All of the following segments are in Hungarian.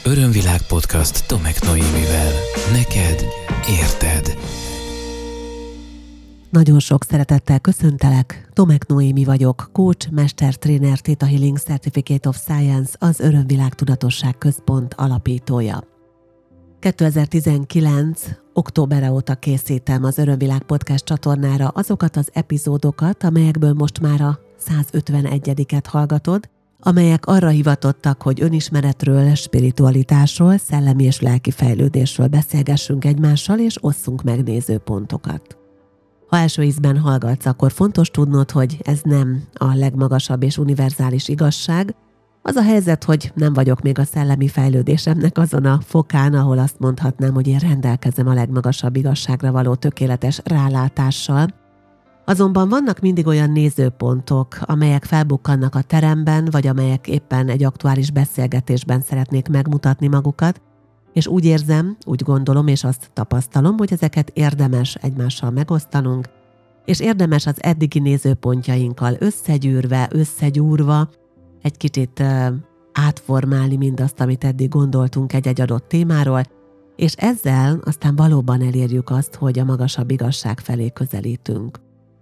Örömvilág podcast Tomek Noémivel. Neked érted. Nagyon sok szeretettel köszöntelek, Tomek Noémi vagyok, coach, mestertréner, Theta Healing Certificate of Science, az Örömvilág Tudatosság Központ alapítója. 2019. októberre óta készítem az Örömvilág podcast csatornára azokat az epizódokat, amelyekből most már a 151-et hallgatod, amelyek arra hivatottak, hogy önismeretről, spiritualitásról, szellemi és lelki fejlődésről beszélgessünk egymással, és osszunk meg nézőpontokat. Ha első ízben hallgatsz, akkor fontos tudnod, hogy ez nem a legmagasabb és univerzális igazság. Az a helyzet, hogy nem vagyok még a szellemi fejlődésemnek azon a fokán, ahol azt mondhatnám, hogy én rendelkezem a legmagasabb igazságra való tökéletes rálátással. Azonban vannak mindig olyan nézőpontok, amelyek felbukkannak a teremben, vagy amelyek éppen egy aktuális beszélgetésben szeretnék megmutatni magukat, és úgy érzem, úgy gondolom, és azt tapasztalom, hogy ezeket érdemes egymással megosztanunk, és érdemes az eddigi nézőpontjainkkal összegyúrva, egy kicsit átformálni mindazt, amit eddig gondoltunk egy adott témáról, és ezzel aztán valóban elérjük azt, hogy a magasabb igazság felé közelítünk.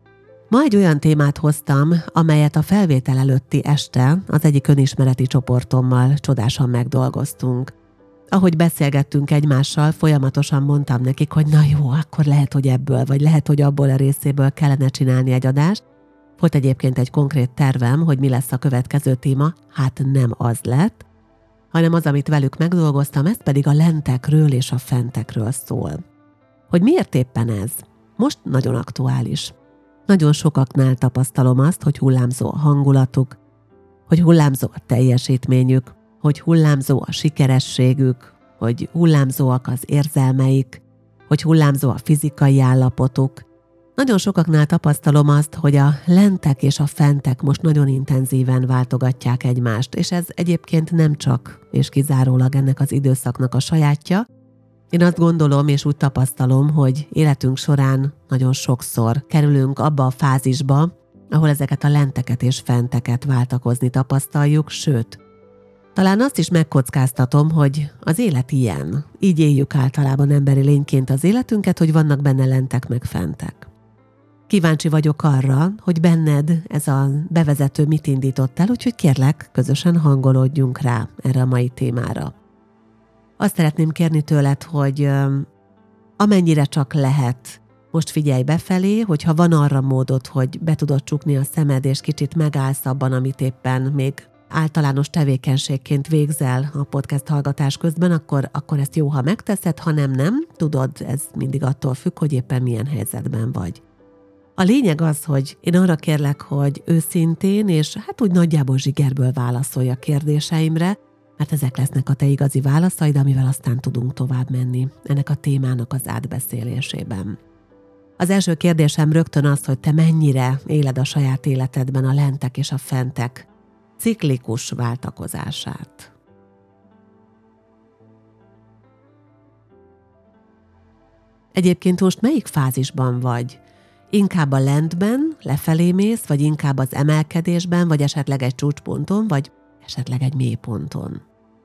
Ma egy olyan témát hoztam, amelyet a felvétel előtti este az egyik önismereti csoportommal csodásan megdolgoztunk. Ahogy beszélgettünk egymással, folyamatosan mondtam nekik, hogy na jó, akkor lehet, hogy ebből, vagy lehet, hogy abból a részéből kellene csinálni egy adást. Volt egyébként egy konkrét tervem, hogy mi lesz a következő téma, hát nem az lett, hanem az, amit velük megdolgoztam, ez pedig a lentekről és a fentekről szól. Hogy miért éppen ez? Most nagyon aktuális. Nagyon sokaknál tapasztalom azt, hogy hullámzó a hangulatuk, hogy hullámzó a teljesítményük, hogy hullámzó a sikerességük, hogy hullámzóak az érzelmeik, hogy hullámzó a fizikai állapotuk. Nagyon sokaknál tapasztalom azt, hogy a lentek és a fentek most nagyon intenzíven váltogatják egymást, és ez egyébként nem csak és kizárólag ennek az időszaknak a sajátja. Én azt gondolom és úgy tapasztalom, hogy életünk során nagyon sokszor kerülünk abba a fázisba, ahol ezeket a lenteket és fenteket váltakozni tapasztaljuk, sőt, talán azt is megkockáztatom, hogy az élet ilyen. Így éljük általában emberi lényként az életünket, hogy vannak benne lentek meg fentek. Kíváncsi vagyok arra, hogy benned ez a bevezető mit indított el, úgyhogy kérlek, közösen hangolódjunk rá erre a mai témára. Azt szeretném kérni tőled, hogy amennyire csak lehet, most figyelj befelé, hogyha van arra módod, hogy be tudod csukni a szemed, és kicsit megállsz abban, amit éppen még általános tevékenységként végzel a podcast hallgatás közben, akkor ezt jó, ha megteszed, ha nem, tudod, ez mindig attól függ, hogy éppen milyen helyzetben vagy. A lényeg az, hogy én arra kérlek, hogy őszintén és hát úgy nagyjából zsigerből válaszolj a kérdéseimre, mert ezek lesznek a te igazi válaszaid, amivel aztán tudunk tovább menni ennek a témának az átbeszélésében. Az első kérdésem rögtön az, hogy te mennyire éled a saját életedben a lentek és a fentek ciklikus váltakozását. Egyébként most melyik fázisban vagy? Inkább a lentben, lefelé mész, vagy inkább az emelkedésben, vagy esetleg egy csúcsponton, vagy esetleg egy mélyponton?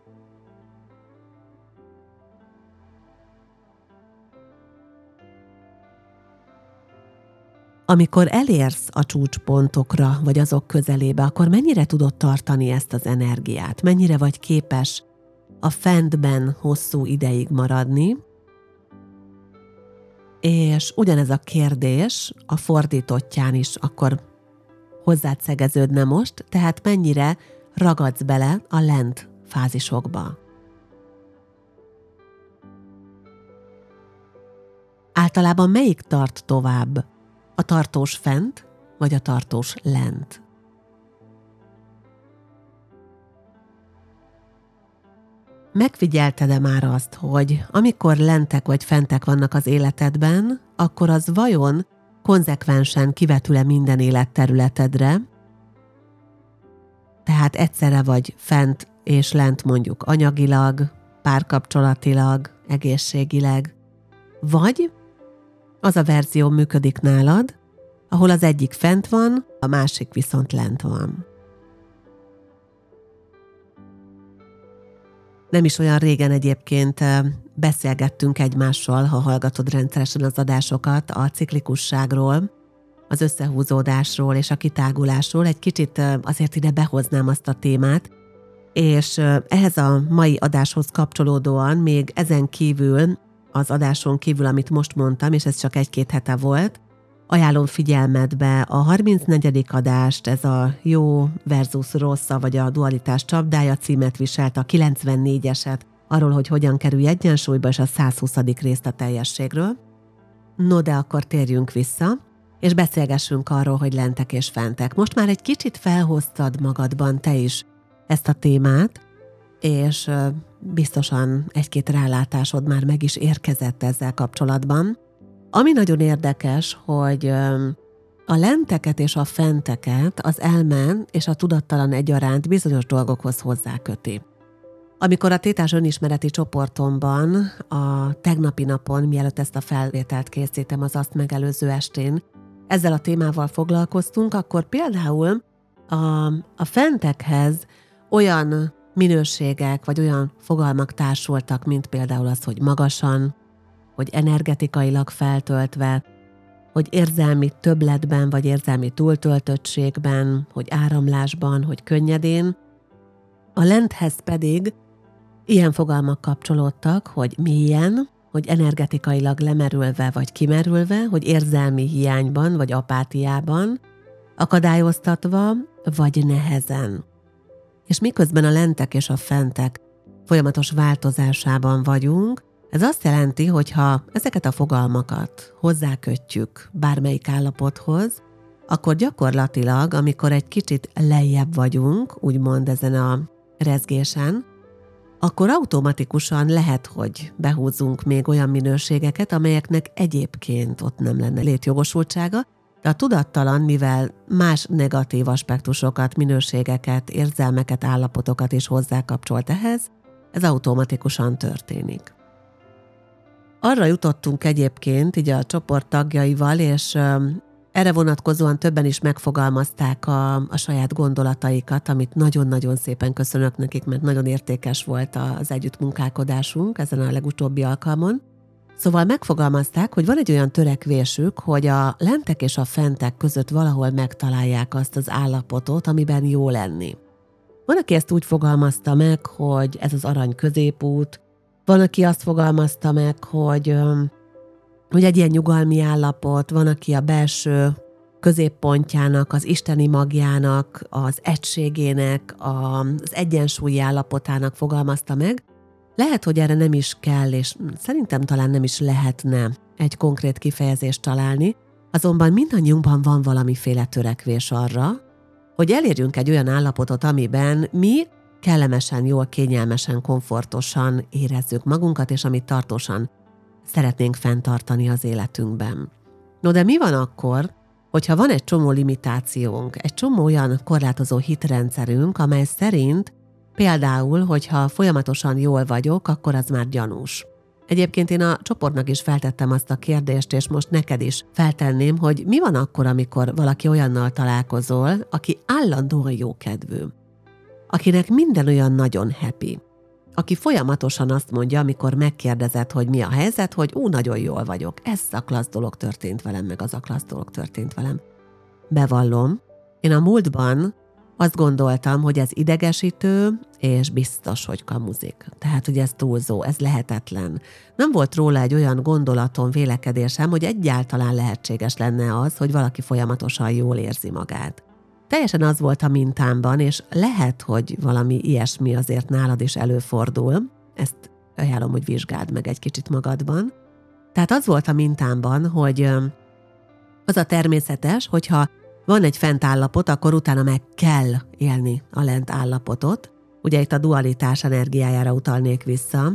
Amikor elérsz a csúcspontokra, vagy azok közelébe, akkor mennyire tudod tartani ezt az energiát? Mennyire vagy képes a fentben hosszú ideig maradni? És ugyanez a kérdés a fordítottján is akkor hozzád szegeződne most, tehát mennyire ragadsz bele a lent fázisokba? Általában melyik tart tovább? A tartós fent, vagy a tartós lent? Megfigyelted-e már azt, hogy amikor lentek vagy fentek vannak az életedben, akkor az vajon konzekvensen kivetül-e minden életterületedre? Tehát egyszerre vagy fent és lent mondjuk anyagilag, párkapcsolatilag, egészségileg, vagy az a verzió működik nálad, ahol az egyik fent van, a másik viszont lent van. Nem is olyan régen egyébként beszélgettünk egymással, ha hallgatod rendszeresen az adásokat, a ciklikusságról, az összehúzódásról és a kitágulásról. Egy kicsit azért ide behoznám azt a témát, és ehhez a mai adáshoz kapcsolódóan még ezen kívül, az adáson kívül, amit most mondtam, és ez csak 1-2 hete volt, ajánlom figyelmetbe a 34. adást, ez a jó versus rossz, vagy a dualitás csapdája címet viselt, a 94-eset, arról, hogy hogyan kerülj egyensúlyba, és a 120. részt a teljességről. No, de akkor térjünk vissza, és beszélgessünk arról, hogy lentek és fentek. Most már egy kicsit felhoztad magadban te is ezt a témát, és biztosan 1-2 rálátásod már meg is érkezett ezzel kapcsolatban. Ami nagyon érdekes, hogy a lenteket és a fenteket az elme és a tudattalan egyaránt bizonyos dolgokhoz hozzáköti. Amikor a tétás önismereti csoportomban a tegnapi napon, mielőtt ezt a felvételt készítem, az azt megelőző estén, ezzel a témával foglalkoztunk, akkor például a fentekhez olyan minőségek, vagy olyan fogalmak társultak, mint például az, hogy magasan, hogy energetikailag feltöltve, hogy érzelmi többletben, vagy érzelmi túltöltöttségben, hogy áramlásban, hogy könnyedén. A lenthez pedig ilyen fogalmak kapcsolódtak, hogy mélyen, hogy energetikailag lemerülve vagy kimerülve, hogy érzelmi hiányban vagy apátiában, akadályoztatva vagy nehezen. És miközben a lentek és a fentek folyamatos változásában vagyunk, ez azt jelenti, hogy ha ezeket a fogalmakat hozzákötjük bármelyik állapothoz, akkor gyakorlatilag, amikor egy kicsit lejjebb vagyunk, úgymond ezen a rezgésen, akkor automatikusan lehet, hogy behúzunk még olyan minőségeket, amelyeknek egyébként ott nem lenne létjogosultsága, de a tudattalan, mivel más negatív aspektusokat, minőségeket, érzelmeket, állapotokat is hozzákapcsolt ehhez, ez automatikusan történik. Arra jutottunk egyébként, így a csoport tagjaival, és erre vonatkozóan többen is megfogalmazták a saját gondolataikat, amit nagyon-nagyon szépen köszönök nekik, mert nagyon értékes volt az együttmunkálkodásunk ezen a legutóbbi alkalmon. Szóval megfogalmazták, hogy van egy olyan törekvésük, hogy a lentek és a fentek között valahol megtalálják azt az állapotot, amiben jó lenni. Van, aki ezt úgy fogalmazta meg, hogy ez az arany középút, van, aki azt fogalmazta meg, hogy egy ilyen nyugalmi állapot, van, aki a belső középpontjának, az isteni magjának, az egységének, az egyensúlyi állapotának fogalmazta meg. Lehet, hogy erre nem is kell, és szerintem talán nem is lehetne egy konkrét kifejezést találni, azonban mindannyiunkban van valamiféle törekvés arra, hogy elérjünk egy olyan állapotot, amiben mi kellemesen, jól, kényelmesen, komfortosan érezzük magunkat, és amit tartósan szeretnénk fenntartani az életünkben. No, de mi van akkor, hogyha van egy csomó limitációnk, egy csomó olyan korlátozó hitrendszerünk, amely szerint például, hogyha folyamatosan jól vagyok, akkor az már gyanús. Egyébként én a csoportnak is feltettem azt a kérdést, és most neked is feltenném, hogy mi van akkor, amikor valaki olyannal találkozol, aki állandóan jókedvű, akinek minden olyan nagyon happy, aki folyamatosan azt mondja, amikor megkérdezed, hogy mi a helyzet, hogy nagyon jól vagyok, ez a klassz dolog történt velem, meg az a klassz dolog történt velem. Bevallom, én a múltban azt gondoltam, hogy ez idegesítő, és biztos, hogy kamuzik. Tehát, hogy ez túlzó, ez lehetetlen. Nem volt róla egy olyan gondolatom, vélekedésem, hogy egyáltalán lehetséges lenne az, hogy valaki folyamatosan jól érzi magát. Teljesen az volt a mintámban, és lehet, hogy valami ilyesmi azért nálad is előfordul. Ezt ajánlom, hogy vizsgáld meg egy kicsit magadban. Tehát az volt a mintámban, hogy az a természetes, hogyha van egy fent állapot, akkor utána meg kell élni a lent állapotot. Ugye itt a dualitás energiájára utalnék vissza.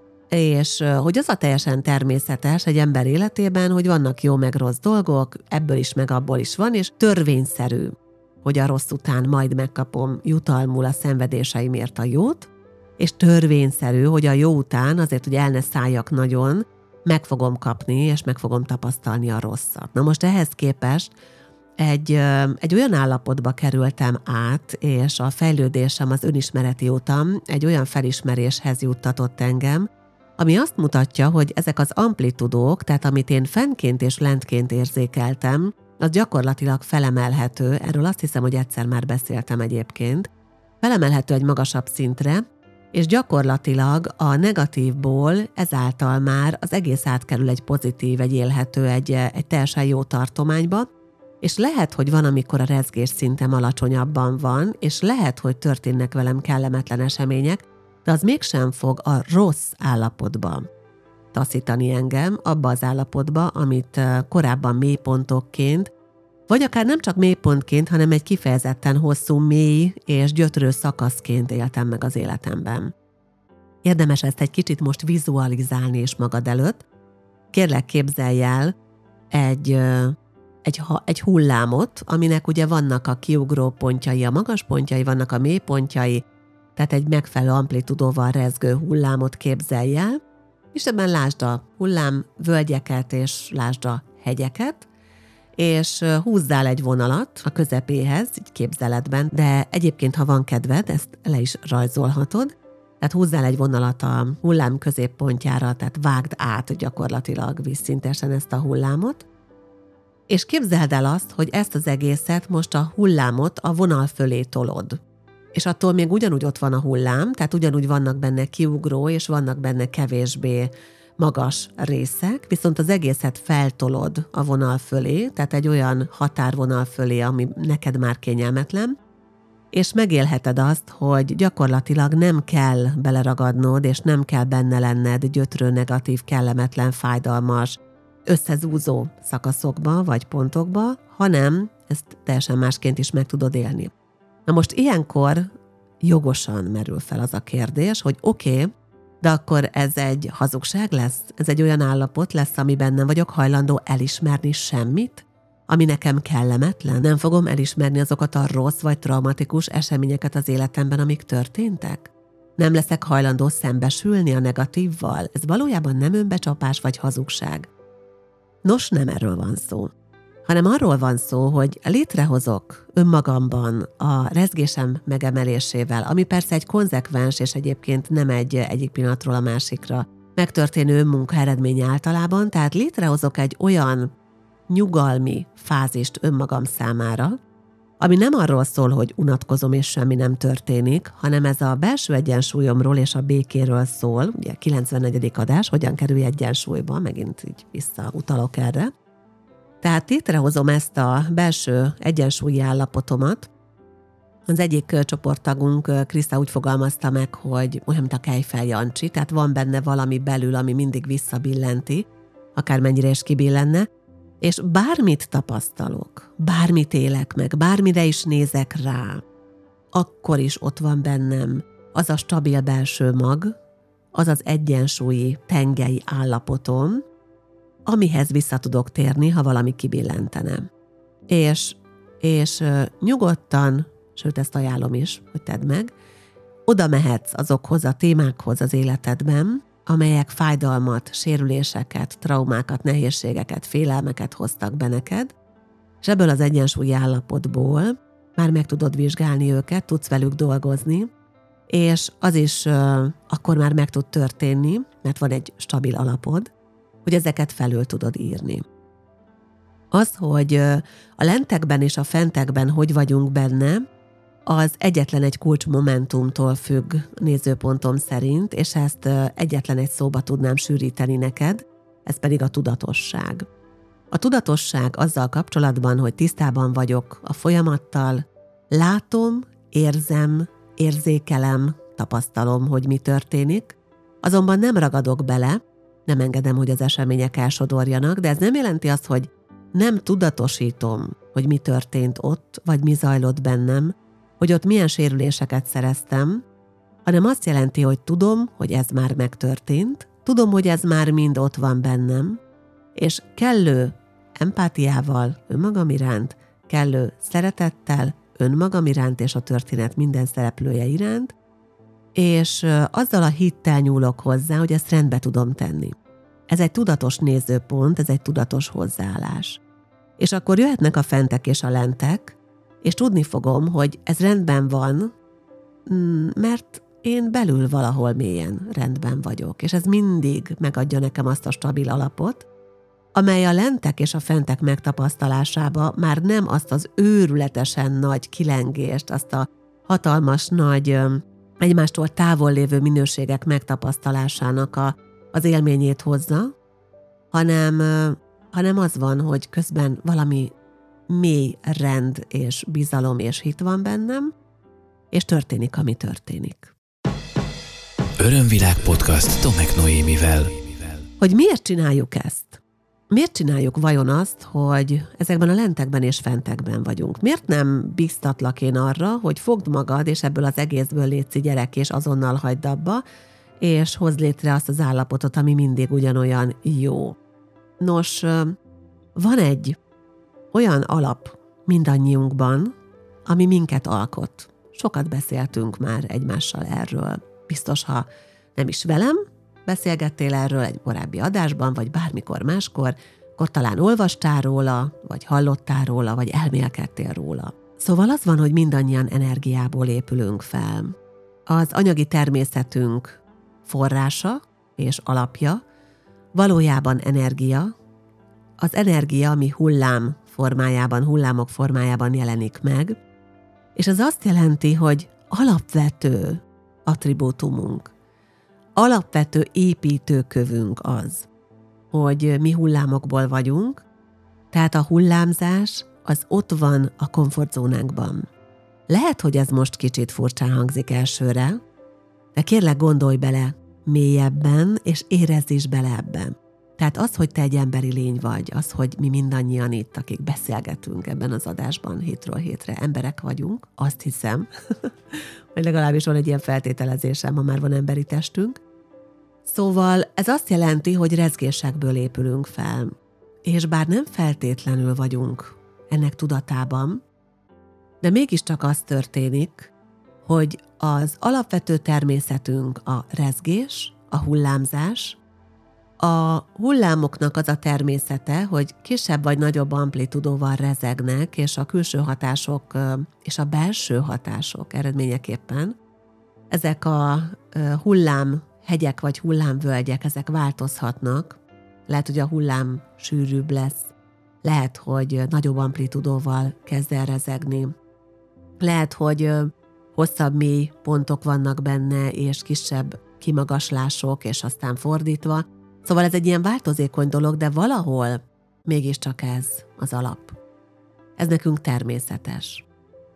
És hogy az a teljesen természetes egy ember életében, hogy vannak jó meg rossz dolgok, ebből is meg abból is van, és törvényszerű, hogy a rossz után majd megkapom jutalmul a szenvedéseimért a jót, és törvényszerű, hogy a jó után, azért, hogy el ne szálljak nagyon, meg fogom kapni, és meg fogom tapasztalni a rosszat. Na most ehhez képest egy olyan állapotba kerültem át, és a fejlődésem, az önismereti utam egy olyan felismeréshez juttatott engem, ami azt mutatja, hogy ezek az amplitudók, tehát amit én fennként és lentként érzékeltem, az gyakorlatilag felemelhető, erről azt hiszem, hogy egyszer már beszéltem egyébként, felemelhető egy magasabb szintre, és gyakorlatilag a negatívból ezáltal már az egész átkerül egy pozitív, egy élhető, egy teljesen jó tartományba, és lehet, hogy van, amikor a rezgés szintem alacsonyabban van, és lehet, hogy történnek velem kellemetlen események, de az mégsem fog a rossz állapotba taszítani engem, abba az állapotba, amit korábban mélypontokként, vagy akár nem csak mélypontként, hanem egy kifejezetten hosszú, mély és gyötrő szakaszként éltem meg az életemben. Érdemes ezt egy kicsit most vizualizálni is magad előtt. Kérlek, képzelj el egy hullámot, aminek ugye vannak a kiugró pontjai, a magas pontjai, vannak a mély pontjai, tehát egy megfelelő amplitudóval rezgő hullámot képzelj el, és ebben lásd a hullámvölgyeket, és lásd a hegyeket, és húzzál egy vonalat a közepéhez, így képzeletben, de egyébként, ha van kedved, ezt le is rajzolhatod, tehát húzzál egy vonalat a hullám középpontjára, tehát vágd át gyakorlatilag vízszintesen ezt a hullámot, és képzeld el azt, hogy ezt az egészet most a hullámot a vonal fölé tolod. És attól még ugyanúgy ott van a hullám, tehát ugyanúgy vannak benne kiugró, és vannak benne kevésbé magas részek, viszont az egészet feltolod a vonal fölé, tehát egy olyan határvonal fölé, ami neked már kényelmetlen, és megélheted azt, hogy gyakorlatilag nem kell beleragadnod, és nem kell benne lenned gyötrő, negatív, kellemetlen, fájdalmas, összezúzó szakaszokba vagy pontokba, hanem ezt teljesen másként is meg tudod élni. Na most ilyenkor jogosan merül fel az a kérdés, hogy oké, de akkor ez egy hazugság lesz? Ez egy olyan állapot lesz, amiben nem vagyok hajlandó elismerni semmit, ami nekem kellemetlen? Nem fogom elismerni azokat a rossz vagy traumatikus eseményeket az életemben, amik történtek? Nem leszek hajlandó szembesülni a negatívval? Ez valójában nem önbecsapás vagy hazugság. Nos, nem erről van szó, hanem arról van szó, hogy létrehozok önmagamban a rezgésem megemelésével, ami persze egy konzekvens, és egyébként nem egyik pillanatról a másikra megtörténő önmunka eredménye általában, tehát létrehozok egy olyan nyugalmi fázist önmagam számára, ami nem arról szól, hogy unatkozom és semmi nem történik, hanem ez a belső egyensúlyomról és a békéről szól, ugye 94. adás, hogyan kerülj egyensúlyba, megint így visszautalok erre. Tehát létrehozom ezt a belső egyensúlyi állapotomat. Az egyik csoporttagunk, Kriszta, úgy fogalmazta meg, hogy olyan, mint a Kejfel Jancsi, tehát van benne valami belül, ami mindig visszabillenti, akármennyire is kibillenne, és bármit tapasztalok, bármit élek meg, bármire is nézek rá, akkor is ott van bennem az a stabil belső mag, az az egyensúlyi tengely állapotom, amihez vissza tudok térni, ha valami kibillentene. És nyugodtan, sőt ezt ajánlom is, hogy tedd meg, oda mehetsz azokhoz a témákhoz az életedben, amelyek fájdalmat, sérüléseket, traumákat, nehézségeket, félelmeket hoztak be neked, és ebből az egyensúlyi állapotból már meg tudod vizsgálni őket, tudsz velük dolgozni, és az is akkor már meg tud történni, mert van egy stabil alapod, hogy ezeket felül tudod írni. Az, hogy a lentekben és a fentekben hogy vagyunk benne, az egyetlen egy kulcsmomentumtól függ nézőpontom szerint, és ezt egyetlen egy szóba tudnám sűríteni neked, ez pedig a tudatosság. A tudatosság azzal kapcsolatban, hogy tisztában vagyok a folyamattal, látom, érzem, érzékelem, tapasztalom, hogy mi történik, azonban nem ragadok bele, nem engedem, hogy az események elsodorjanak, de ez nem jelenti azt, hogy nem tudatosítom, hogy mi történt ott, vagy mi zajlott bennem, hogy ott milyen sérüléseket szereztem, hanem azt jelenti, hogy tudom, hogy ez már megtörtént, tudom, hogy ez már mind ott van bennem, és kellő empátiával önmagam iránt, kellő szeretettel önmagam iránt és a történet minden szereplője iránt, és azzal a hittel nyúlok hozzá, hogy ezt rendbe tudom tenni. Ez egy tudatos nézőpont, ez egy tudatos hozzáállás. És akkor jöhetnek a fentek és a lentek, és tudni fogom, hogy ez rendben van, mert én belül valahol mélyen rendben vagyok, és ez mindig megadja nekem azt a stabil alapot, amely a lentek és a fentek megtapasztalásába már nem azt az őrületesen nagy kilengést, azt a hatalmas nagy, egymástól távol lévő minőségek megtapasztalásának az élményét hozza, hanem az van, hogy közben valami mély rend és bizalom és hit van bennem, és történik, ami történik. Örömvilág podcast Tomek Noémivel. Hogy miért csináljuk ezt? Miért csináljuk vajon azt, hogy ezekben a lentekben és fentekben vagyunk? Miért nem bíztatlak én arra, hogy fogd magad, és ebből az egészből létszi gyerek, és azonnal hagyd abba, és hozd létre azt az állapotot, ami mindig ugyanolyan jó. Nos, van egy olyan alap mindannyiunkban, ami minket alkot. Sokat beszéltünk már egymással erről. Biztos, ha nem is velem beszélgettél erről egy korábbi adásban, vagy bármikor máskor, akkor talán olvastál róla, vagy hallottál róla, vagy elmélkedtél róla. Szóval az van, hogy mindannyian energiából épülünk fel. Az anyagi természetünk forrása és alapja valójában energia. Az energia, ami hullámok formájában jelenik meg, és ez azt jelenti, hogy alapvető attribútumunk, alapvető építőkövünk az, hogy mi hullámokból vagyunk, tehát a hullámzás az ott van a komfortzónánkban. Lehet, hogy ez most kicsit furcsán hangzik elsőre, de kérlek gondolj bele mélyebben, és érezz is bele ebben. Tehát az, hogy te egy emberi lény vagy, az, hogy mi mindannyian itt, akik beszélgetünk ebben az adásban hétről hétre, emberek vagyunk, azt hiszem, vagy legalábbis van egy ilyen feltételezésem, ha már van emberi testünk. Szóval ez azt jelenti, hogy rezgésekből épülünk fel, és bár nem feltétlenül vagyunk ennek tudatában, de mégiscsak az történik, hogy az alapvető természetünk a rezgés, a hullámzás. A hullámoknak az a természete, hogy kisebb vagy nagyobb amplitudóval rezegnek, és a külső hatások és a belső hatások eredményeképpen ezek a hullámhegyek vagy hullámvölgyek, ezek változhatnak. Lehet, hogy a hullám sűrűbb lesz, lehet, hogy nagyobb amplitudóval kezd el rezegni, lehet, hogy hosszabb mély pontok vannak benne, és kisebb kimagaslások, és aztán fordítva. Szóval ez egy ilyen változékony dolog, de valahol mégiscsak ez az alap. Ez nekünk természetes.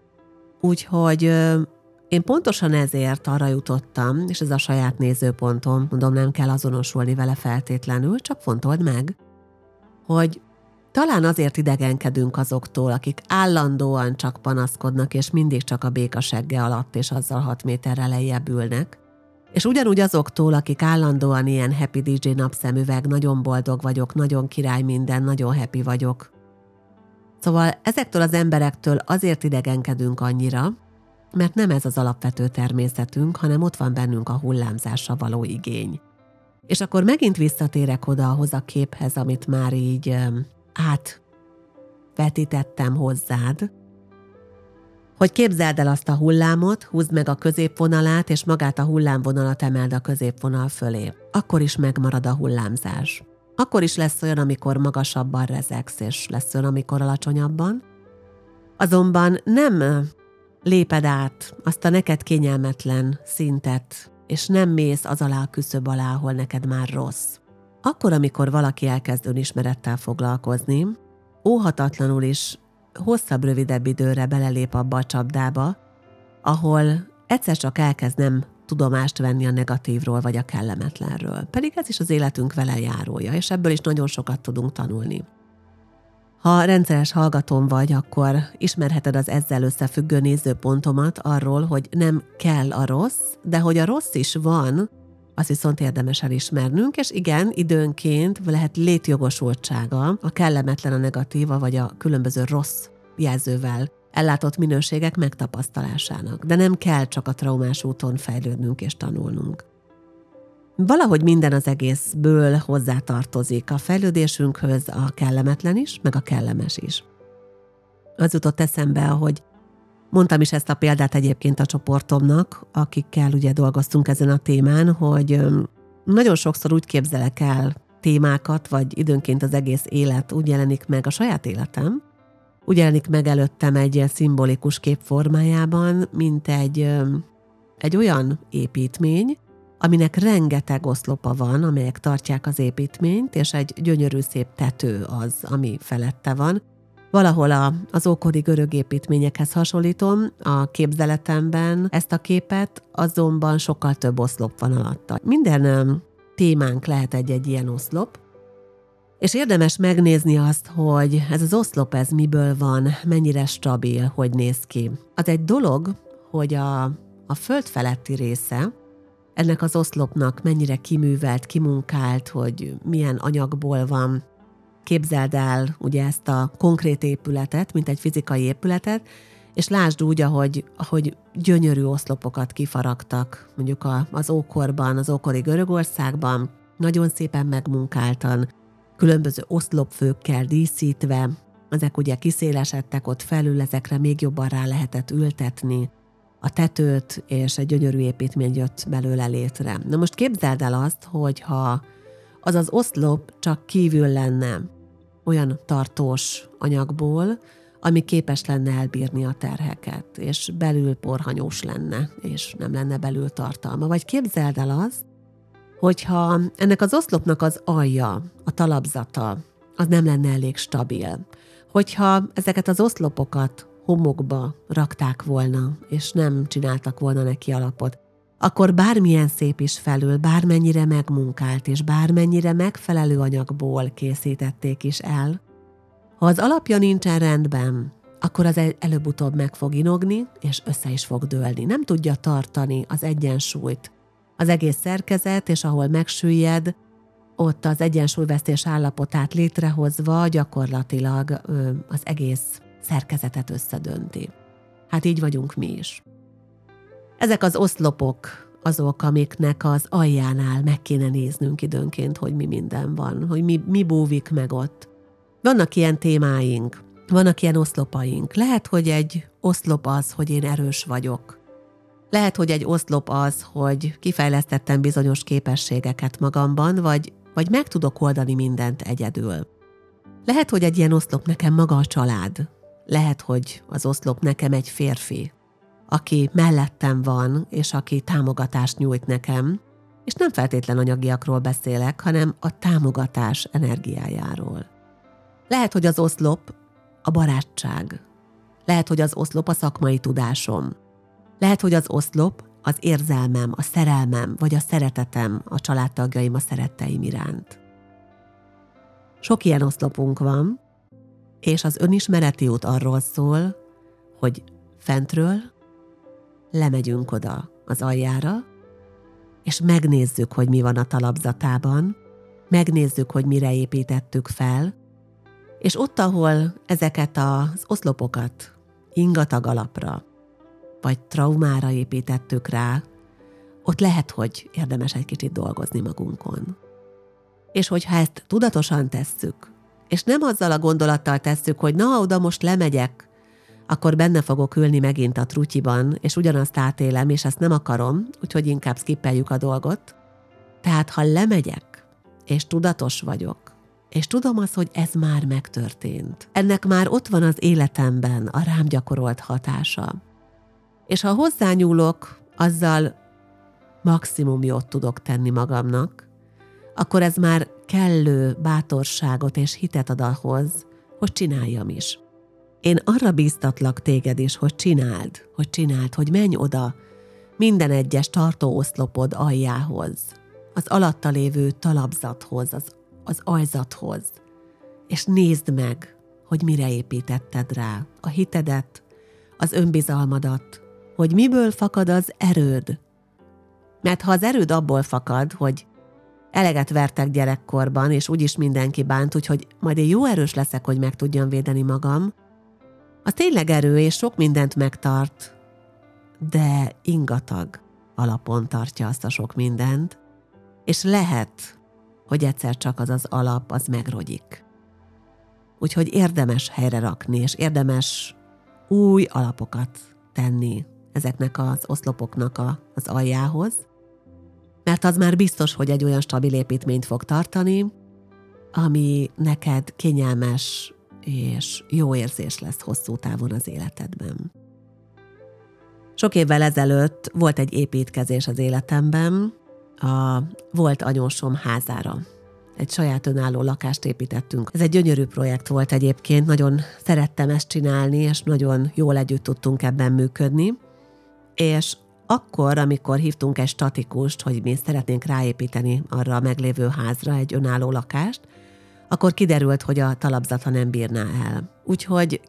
Úgyhogy én pontosan ezért arra jutottam, és ez a saját nézőpontom, mondom, nem kell azonosulni vele feltétlenül, csak fontold meg, hogy talán azért idegenkedünk azoktól, akik állandóan csak panaszkodnak, és mindig csak a béka segge alatt, és azzal 6 méterre lejjebb ülnek. És ugyanúgy azoktól, akik állandóan ilyen happy DJ napszemüveg, nagyon boldog vagyok, nagyon király minden, nagyon happy vagyok. Szóval ezektől az emberektől azért idegenkedünk annyira, mert nem ez az alapvető természetünk, hanem ott van bennünk a hullámzásra való igény. És akkor megint visszatérek oda ahhoz a képhez, amit már így átvetítettem hozzád, hogy képzeld el azt a hullámot, húzd meg a középvonalát, és magát a hullámvonalat emeld a középvonal fölé. Akkor is megmarad a hullámzás. Akkor is lesz olyan, amikor magasabban rezegsz, és lesz olyan, amikor alacsonyabban. Azonban nem léped át azt a neked kényelmetlen szintet, és nem mész az alá a küszöb alá, ahol neked már rossz. Akkor, amikor valaki elkezd önismerettel foglalkozni, óhatatlanul is hosszabb, rövidebb időre belelép abba a csapdába, ahol egyszer csak elkezd nem tudomást venni a negatívról vagy a kellemetlenről. Pedig ez is az életünk vele járója, és ebből is nagyon sokat tudunk tanulni. Ha rendszeres hallgatóm vagy, akkor ismerheted az ezzel összefüggő nézőpontomat arról, hogy nem kell a rossz, de hogy a rossz is van, azt viszont érdemes elismernünk, és igen, időnként lehet létjogosultsága a kellemetlen, a negatíva, vagy a különböző rossz jelzővel ellátott minőségek megtapasztalásának. De nem kell csak a traumás úton fejlődnünk és tanulnunk. Valahogy minden az egészből hozzátartozik a fejlődésünkhöz, a kellemetlen is, meg a kellemes is. Az jutott eszembe, hogy mondtam is ezt a példát egyébként a csoportomnak, akikkel ugye dolgoztunk ezen a témán, hogy nagyon sokszor úgy képzelek el témákat, vagy időnként az egész élet úgy jelenik meg, a saját életem, úgy jelenik meg előttem egy szimbolikus kép formájában, mint egy olyan építmény, aminek rengeteg oszlopa van, amelyek tartják az építményt, és egy gyönyörű szép tető az, ami felette van. Valahol az ókori görög építményekhez hasonlítom a képzeletemben ezt a képet, azonban sokkal több oszlop van alatta. Minden témánk lehet egy ilyen oszlop, és érdemes megnézni azt, hogy ez az oszlop, ez miből van, mennyire stabil, hogy néz ki. Az egy dolog, hogy a föld feletti része ennek az oszlopnak mennyire kiművelt, kimunkált, hogy milyen anyagból van. Képzeld el ugye ezt a konkrét épületet, mint egy fizikai épületet, és lásd úgy, ahogy gyönyörű oszlopokat kifaragtak, mondjuk az ókorban, az ókori Görögországban, nagyon szépen megmunkáltan, különböző oszlopfőkkel díszítve, ezek ugye kiszélesedtek ott felül, ezekre még jobban rá lehetett ültetni a tetőt, és egy gyönyörű építmény jött belőle létre. Na most képzeld el azt, hogyha az oszlop csak kívül lenne olyan tartós anyagból, ami képes lenne elbírni a terheket, és belül porhanyós lenne, és nem lenne belül tartalma. Vagy képzeld el azt, hogyha ennek az oszlopnak az alja, a talapzata, az nem lenne elég stabil. Hogyha ezeket az oszlopokat homokba rakták volna, és nem csináltak volna neki alapot, akkor bármilyen szép is felül, bármennyire megmunkált, és bármennyire megfelelő anyagból készítették is el, ha az alapja nincsen rendben, akkor az előbb-utóbb meg fog inogni, és össze is fog dőlni. Nem tudja tartani az egyensúlyt. Az egész szerkezet, és ahol megsüllyed, ott az egyensúlyvesztés állapotát létrehozva gyakorlatilag az egész szerkezetet összedönti. Hát így vagyunk mi is. Ezek az oszlopok azok, amiknek az aljánál meg kéne néznünk időnként, hogy mi minden van, hogy mi búvik meg ott. Vannak ilyen témáink, vannak ilyen oszlopaink. Lehet, hogy egy oszlop az, hogy én erős vagyok. Lehet, hogy egy oszlop az, hogy kifejlesztettem bizonyos képességeket magamban, vagy meg tudok oldani mindent egyedül. Lehet, hogy egy ilyen oszlop nekem maga a család. Lehet, hogy az oszlop nekem egy férfi, aki mellettem van, és aki támogatást nyújt nekem, és nem feltétlen anyagiakról beszélek, hanem a támogatás energiájáról. Lehet, hogy az oszlop a barátság. Lehet, hogy az oszlop a szakmai tudásom. Lehet, hogy az oszlop az érzelmem, a szerelmem, vagy a szeretetem a családtagjaim, a szeretteim iránt. Sok ilyen oszlopunk van, és az önismereti út arról szól, hogy fentről lemegyünk oda az aljára, és megnézzük, hogy mi van a talapzatában, megnézzük, hogy mire építettük fel, és ott, ahol ezeket az oszlopokat ingatag alapra, vagy traumára építettük rá, ott lehet, hogy érdemes egy kicsit dolgozni magunkon. És hogyha ezt tudatosan tesszük, és nem azzal a gondolattal tesszük, hogy na, oda most lemegyek, akkor benne fogok ülni megint a trutyiban, és ugyanazt átélem, és ezt nem akarom, úgyhogy inkább skippeljük a dolgot. Tehát, ha lemegyek, és tudatos vagyok, és tudom azt, hogy ez már megtörtént, ennek már ott van az életemben a rám gyakorolt hatása. És ha hozzányúlok, azzal maximum jót tudok tenni magamnak, akkor ez már kellő bátorságot és hitet ad ahhoz, hogy csináljam is. Én arra bíztatlak téged is, hogy csináld, hogy menj oda minden egyes tartóoszlopod aljához, az alatta lévő talapzathoz, az aljzathoz, és nézd meg, hogy mire építetted rá a hitedet, az önbizalmadat, hogy miből fakad az erőd. Mert ha az erőd abból fakad, hogy eleget vertek gyerekkorban, és úgyis mindenki bánt, úgyhogy majd én jó erős leszek, hogy meg tudjam védeni magam, az tényleg erő, és sok mindent megtart, de ingatag alapon tartja azt a sok mindent, és lehet, hogy egyszer csak az alap, az megrogyik. Úgyhogy érdemes helyre rakni, és érdemes új alapokat tenni ezeknek az oszlopoknak az aljához, mert az már biztos, hogy egy olyan stabil építményt fog tartani, ami neked kényelmes és jó érzés lesz hosszú távon az életedben. Sok évvel ezelőtt volt egy építkezés az életemben, volt anyósom házára. Egy saját önálló lakást építettünk. Ez egy gyönyörű projekt volt egyébként, nagyon szerettem ezt csinálni, és nagyon jól együtt tudtunk ebben működni. És akkor, amikor hívtunk egy statikust, hogy mi szeretnénk ráépíteni arra a meglévő házra egy önálló lakást, akkor kiderült, hogy a talapzata nem bírná el. Úgyhogy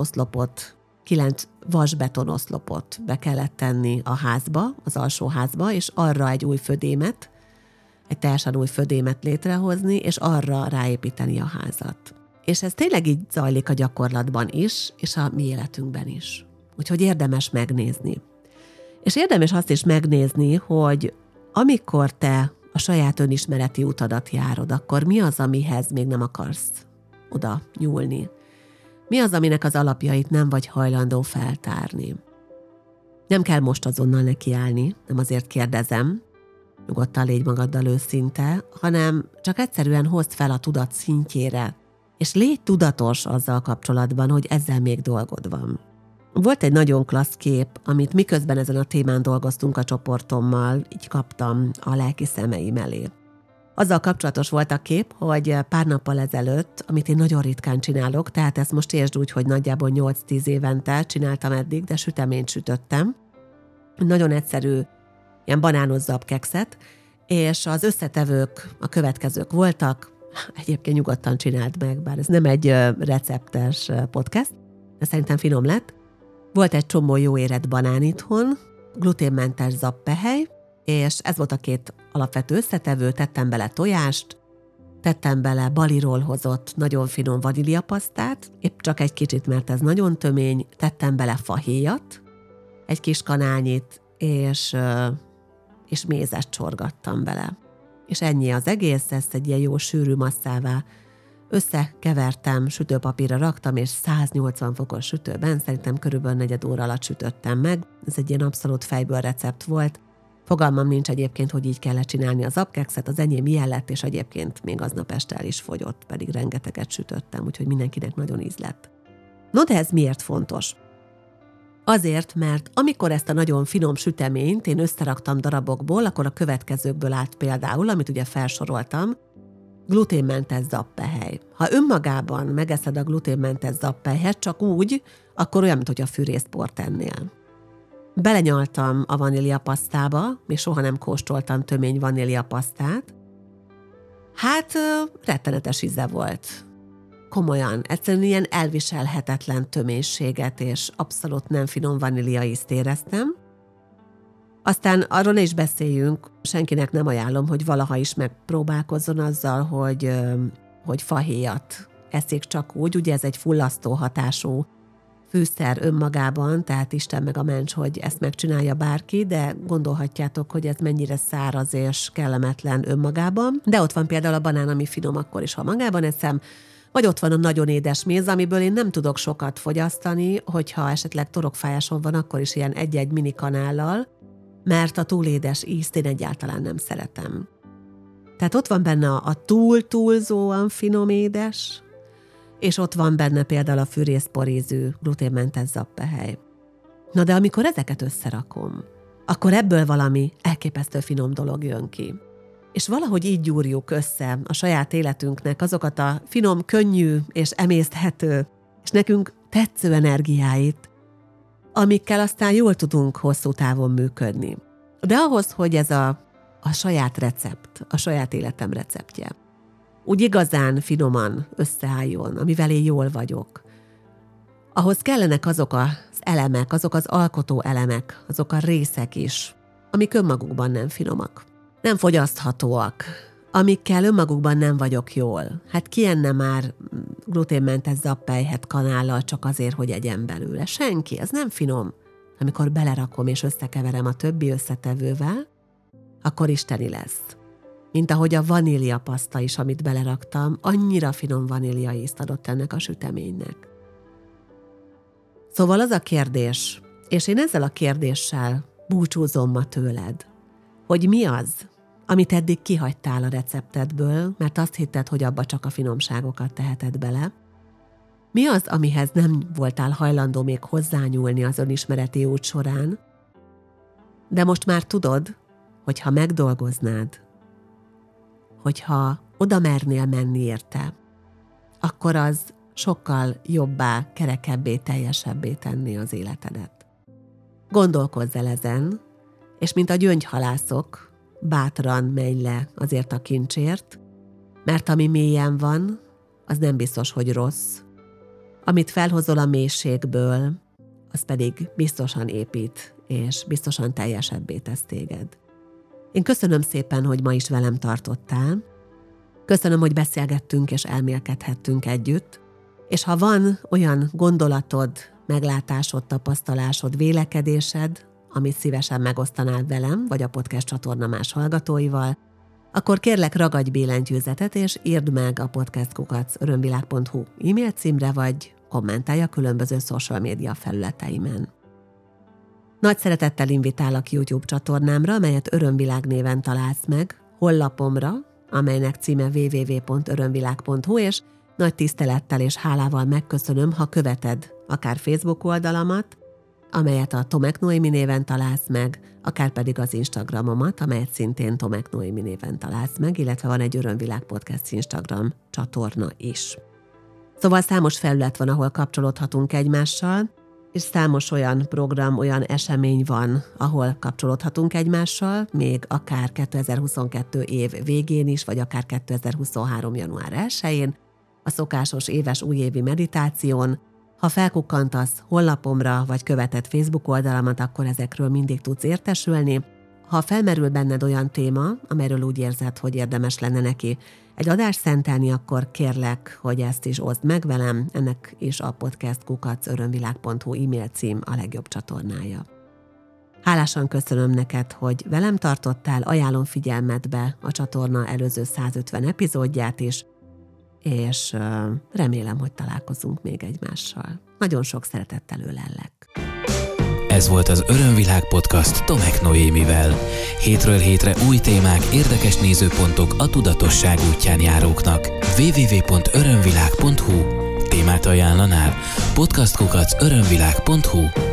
9 vasbeton oszlopot be kellett tenni a házba, az alsó házba, és arra egy új födémet, egy teljesen új födémet létrehozni, és arra ráépíteni a házat. És ez tényleg így zajlik a gyakorlatban is, és a mi életünkben is. Úgyhogy érdemes megnézni. És érdemes azt is megnézni, hogy amikor te a saját önismereti utadat járod, akkor mi az, amihez még nem akarsz oda nyúlni? Mi az, aminek az alapjait nem vagy hajlandó feltárni? Nem kell most azonnal nekiállni, nem azért kérdezem, nyugodtan légy magaddal őszinte, hanem csak egyszerűen hozd fel a tudat szintjére, és légy tudatos azzal kapcsolatban, hogy ezzel még dolgod van. Volt egy nagyon klassz kép, amit miközben ezen a témán dolgoztunk a csoportommal, így kaptam a lelki szemeim elé. Azzal kapcsolatos volt a kép, hogy pár nappal ezelőtt, amit én nagyon ritkán csinálok, tehát ezt most értsd úgy, hogy nagyjából 8-10 évente csináltam eddig, de süteményt sütöttem. Nagyon egyszerű, ilyen banános zabkekszet, és az összetevők a következők voltak. Egyébként nyugodtan csináld meg, bár ez nem egy receptes podcast, de szerintem finom lett. Volt egy csomó jó érett banán itthon, gluténmentes zappehely, és ez volt a 2 alapvető összetevő, tettem bele tojást, tettem bele Baliról hozott nagyon finom vaníliapasztát, épp csak egy kicsit, mert ez nagyon tömény, tettem bele fahéjat, egy kis kanálnyit, és mézest csorgattam bele. És ennyi az egész, ezt egy ilyen jó sűrű masszává összekevertem, sütőpapírra raktam, és 180 fokos sütőben, szerintem körülbelül 4 óra alatt sütöttem meg. Ez egy ilyen abszolút fejből recept volt. Fogalmam nincs egyébként, hogy így kellett csinálni az zabkekszet, az enyém ilyen lett, és egyébként még aznap este el is fogyott, pedig rengeteget sütöttem, úgyhogy mindenkinek nagyon íz lett. No, de ez miért fontos? Azért, mert amikor ezt a nagyon finom süteményt én összeraktam darabokból, akkor a következőkből állt például, amit ugye felsoroltam, gluténmentes zappehely. Ha önmagában megeszed a gluténmentes zappehelyet csak úgy, akkor olyan, mintha fűrészport ennél. Belenyaltam a vaníliapasztába, még soha nem kóstoltam tömény vaníliapasztát. Hát rettenetes íze volt. Komolyan, egyszerűen ilyen elviselhetetlen töménységet és abszolút nem finom vanília ízt éreztem. Aztán arról is beszéljünk, senkinek nem ajánlom, hogy valaha is megpróbálkozzon azzal, hogy fahéjat eszik csak úgy. Ugye ez egy fullasztó hatású fűszer önmagában, tehát Isten meg a mencs, hogy ezt megcsinálja bárki, de gondolhatjátok, hogy ez mennyire száraz és kellemetlen önmagában. De ott van például a banán, ami finom akkor is, ha magában eszem, vagy ott van a nagyon édes méz, amiből én nem tudok sokat fogyasztani, hogyha esetleg torokfájásom van, akkor is ilyen egy-egy mini kanállal, mert a túlédes ízt én egyáltalán nem szeretem. Tehát ott van benne a túlzóan finom édes, és ott van benne például a fűrészporízű gluténmentes zappehely. Na de amikor ezeket összerakom, akkor ebből valami elképesztő finom dolog jön ki. És valahogy így gyúrjuk össze a saját életünknek azokat a finom, könnyű és emészthető, és nekünk tetsző energiáit, amikkel aztán jól tudunk hosszú távon működni. De ahhoz, hogy ez a saját recept, a saját életem receptje, úgy igazán finoman összeálljon, amivel én jól vagyok, ahhoz kellenek azok az elemek, azok az alkotó elemek, azok a részek is, amik önmagukban nem finomak, nem fogyaszthatóak, amikkel önmagukban nem vagyok jól. Hát ki enne már gluténmentes zappelyhet kanállal csak azért, hogy egyen belőle? Senki, ez nem finom. Amikor belerakom és összekeverem a többi összetevővel, akkor isteni lesz. mint ahogy a vaníliapaszta is, amit beleraktam, annyira finom vanília ízt adott ennek a süteménynek. Szóval az a kérdés, és én ezzel a kérdéssel búcsúzom ma tőled, hogy mi az, amit eddig kihagytál a receptedből, mert azt hitted, hogy abba csak a finomságokat teheted bele. Mi az, amihez nem voltál hajlandó még hozzányúlni az önismereti út során, de most már tudod, hogy ha megdolgoznád, hogyha oda mernél menni érte, akkor az sokkal jobbá, kerekebbé, teljesebbé tenni az életedet. Gondolkozz el ezen, és mint a gyöngyhalászok, bátran menj le azért a kincsért, mert ami mélyen van, az nem biztos, hogy rossz. Amit felhozol a mélységből, az pedig biztosan épít, és biztosan teljesebbé tesz téged. Én köszönöm szépen, hogy ma is velem tartottál. Köszönöm, hogy beszélgettünk és elmélkedhettünk együtt, és ha van olyan gondolatod, meglátásod, tapasztalásod, vélekedésed, amit szívesen megosztanál velem, vagy a podcast csatorna más hallgatóival, akkor kérlek ragadj billentyűzetet, és írd meg a podcast@örömvilág.hu e-mail címre, vagy kommentálj a különböző social média felületeimen. Nagy szeretettel invitálok YouTube csatornámra, amelyet Örömvilág néven találsz meg, honlapomra, amelynek címe www.örömvilág.hu, és nagy tisztelettel és hálával megköszönöm, ha követed akár Facebook oldalamat, amelyet a Tomek Noémi néven találsz meg, akár pedig az Instagramomat, amelyet szintén Tomek Noémi néven találsz meg, illetve van egy Örömvilág Podcast Instagram csatorna is. Szóval számos felület van, ahol kapcsolódhatunk egymással, és számos olyan program, olyan esemény van, ahol kapcsolódhatunk egymással, még akár 2022 év végén is, vagy akár 2023. január 1-én, a szokásos éves újévi meditáción. Ha felkukkantasz honlapomra, vagy követed Facebook oldalamat, akkor ezekről mindig tudsz értesülni. Ha felmerül benned olyan téma, amelyről úgy érzed, hogy érdemes lenne neki egy adást szentelni, akkor kérlek, hogy ezt is oszd meg velem, ennek is a podcast@örömvilág.hu e-mail cím a legjobb csatornája. Hálásan köszönöm neked, hogy velem tartottál, ajánlom figyelmedbe a csatorna előző 150 epizódját is, és remélem, hogy találkozunk még egymással. Nagyon sok szeretettel ölellek. Ez volt az Örömvilág podcast Tomek Noémivel. Hétről hétre új témák, érdekes nézőpontok a tudatosság útján járóknak. www.örömvilág.hu Témát ajánlanál? podcast@örömvilág.hu